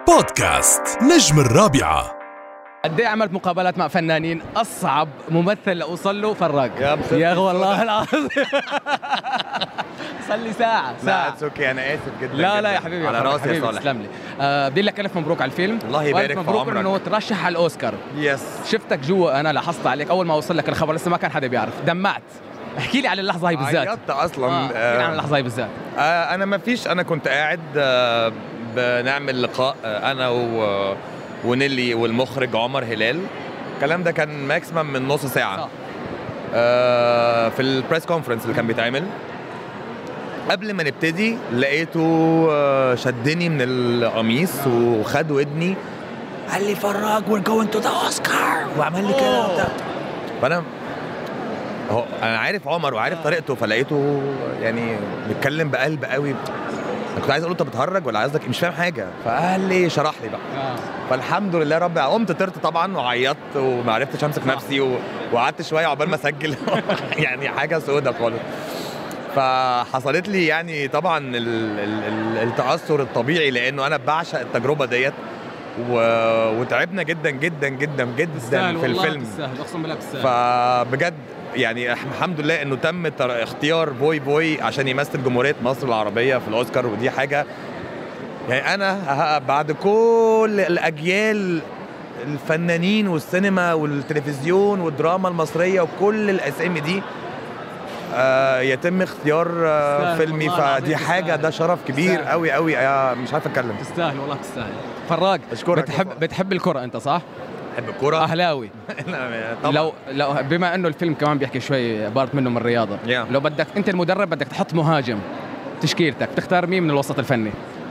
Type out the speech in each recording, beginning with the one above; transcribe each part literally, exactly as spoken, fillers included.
بودكاست نجم الرابعة. قد ايه عملت مقابلات مع فنانين؟ اصعب ممثل اوصل له فراج يا يا اخي والله العظيم. صار لي ساعه لا ساعه اوكي، انا اسف جدا لا جداً. لا يا حبيبي على راسي يا صالح. تسلم لي. آه بدي لك الف مبروك على الفيلم. الله يبارك في مبروك عمرك. انه ترشح على الاوسكار. يس شفتك جوا، انا لاحظت عليك اول ما وصل لك الخبر لسه ما كان حدا بيعرف، دمعت. احكي لي على اللحظه هاي بالذات. عيطت اصلا. آه، احكي لي عن اللحظه هاي بالذات. آه انا ما فيش انا كنت قاعد آه بنعمل لقاء آه انا و ونيلي والمخرج عمر هلال. الكلام ده كان ماكسيمم من نص ساعه. صح. آه في البريس كونفرنس اللي كان بيتعمل. قبل ما نبتدي لقيته آه شدني من القميص وخد ودني، قال لي فراج we're going to the Oscar، وعمل لي كده وبتاع. فانا هو انا عارف عمر وعارف طريقته، فلقيته يعني بيتكلم بقلب قوي. انا كنت عايز اقول له انت بتهرج ولا عايزك مش فاهم حاجه، فقال لي شرح لي بقى. آه. فالحمد لله رب قمت طرت طبعا وعيطت وما عرفتش امسك نفسي و... وقعدت شويه عقبال ما اسجل. يعني حاجه سودة خالص. فحصلت لي يعني طبعا ال... ال... ال... التاثر الطبيعي، لانه انا بعشق التجربه ديت و... وتعبنا جدا جدا جدا جدا في الفيلم. تستاهل اقسم بالله تستاهل. فبجد يعني الحمد لله انه تم اختيار بوي بوي عشان يمثل جمهورية مصر العربية في الأوسكار، ودي حاجة يعني أنا بعد كل الأجيال الفنانين والسينما والتلفزيون والدراما المصرية وكل الأسامي دي آه يتم اختيار آه فيلمي، فدي حاجة ده شرف كبير قوي قوي. مش عارف أتكلم. تستاهل والله تستاهل. فراج أشكرك. بتحب بتحب الكرة أنت صح؟ بحب الكرة. أهلاوي. لو لو بما انه الفيلم كمان بيحكي شوي بارت منه من الرياضه، yeah. لو بدك انت المدرب بدك تحط مهاجم تشكيلتك، تختار مين من الوسط الفني؟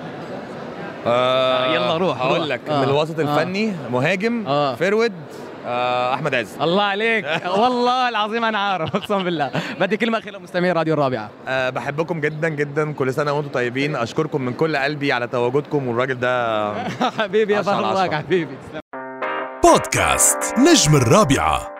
آه يلا روح هقول لك آه. من الوسط الفني آه. مهاجم آه. فيرود آه احمد عز. الله عليك. والله العظيم انا عارف اقسم بالله. بدي كلمه اخيره لمستمعين راديو الرابعه. أه بحبكم جدا جدا، كل سنه وانتم طيبين. اشكركم من كل قلبي على تواجدكم، والراجل ده حبيبي يا فراج حبيبي. بودكاست نجم الرابعة.